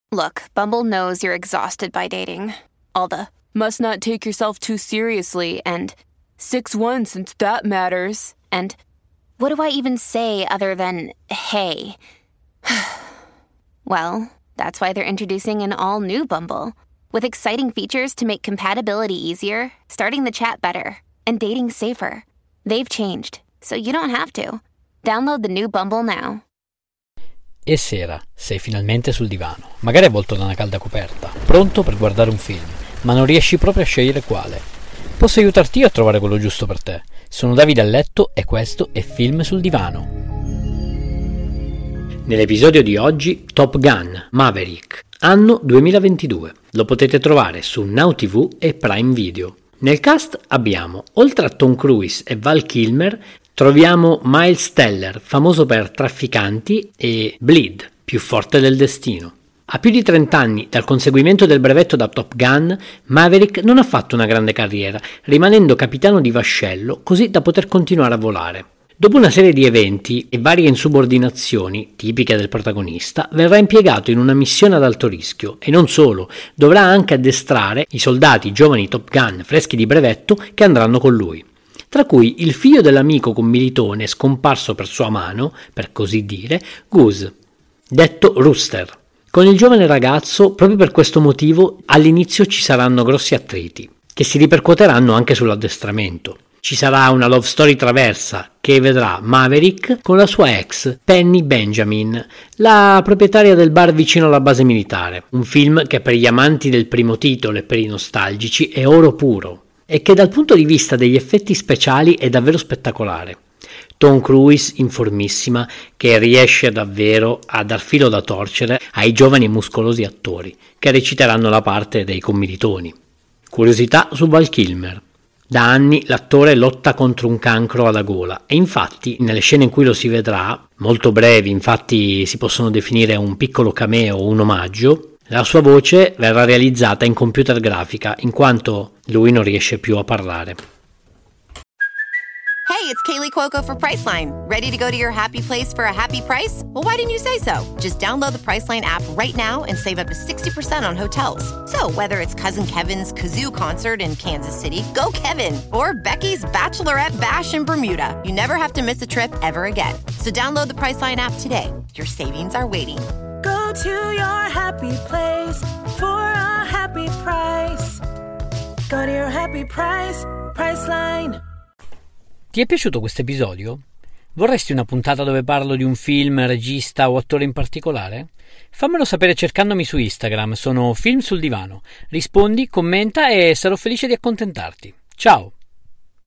Look, Bumble knows you're exhausted by dating. All the must not take yourself too seriously and 6'1" since that matters. And what do I even say other than hey? Well, that's why they're introducing an all-new Bumble with exciting features to make compatibility easier, starting the chat better, and dating safer. They've changed, so you don't have to. Download the new Bumble now. E sera, sei finalmente sul divano, magari avvolto da una calda coperta, pronto per guardare un film, ma non riesci proprio a scegliere quale. Posso aiutarti io a trovare quello giusto per te. Sono Davide a letto e questo è Film sul divano. Nell'episodio di oggi, Top Gun Maverick, anno 2022. Lo potete trovare su Now TV e Prime Video. Nel cast abbiamo, oltre a Tom Cruise e Val Kilmer, troviamo Miles Teller, famoso per Trafficanti, e Bleed, più forte del destino. A più di 30 anni dal conseguimento del brevetto da Top Gun, Maverick non ha fatto una grande carriera, rimanendo capitano di vascello così da poter continuare a volare. Dopo una serie di eventi e varie insubordinazioni, tipiche del protagonista, verrà impiegato in una missione ad alto rischio e non solo, dovrà anche addestrare i soldati giovani Top Gun freschi di brevetto che andranno con lui. Tra cui il figlio dell'amico commilitone scomparso per sua mano, per così dire, Goose, detto Rooster. Con il giovane ragazzo, proprio per questo motivo, all'inizio ci saranno grossi attriti, che si ripercuoteranno anche sull'addestramento. Ci sarà una love story traversa che vedrà Maverick con la sua ex, Penny Benjamin, la proprietaria del bar vicino alla base militare. Un film che per gli amanti del primo titolo e per i nostalgici è oro puro e che dal punto di vista degli effetti speciali è davvero spettacolare. Tom Cruise in formissima che riesce davvero a dar filo da torcere ai giovani e muscolosi attori che reciteranno la parte dei commilitoni. Curiosità su Val Kilmer. Da anni l'attore lotta contro un cancro alla gola e infatti nelle scene in cui lo si vedrà, molto brevi, infatti si possono definire un piccolo cameo o un omaggio, la sua voce verrà realizzata in computer grafica in quanto lui non riesce più a parlare. Hey, it's Kaylee Cuoco for Priceline. Ready to go to your happy place for a happy price? Well, why didn't you say so? Just download the Priceline app right now and save up to 60% on hotels. So whether it's Cousin Kevin's Kazoo Concert in Kansas City, go Kevin, or Becky's Bachelorette Bash in Bermuda, you never have to miss a trip ever again. So download the Priceline app today. Your savings are waiting. Go to your happy place for a happy price. Go to your happy price, Priceline. Ti è piaciuto questo episodio? Vorresti una puntata dove parlo di un film, regista o attore in particolare? Fammelo sapere cercandomi su Instagram, sono Film sul Divano. Rispondi, commenta e sarò felice di accontentarti. Ciao!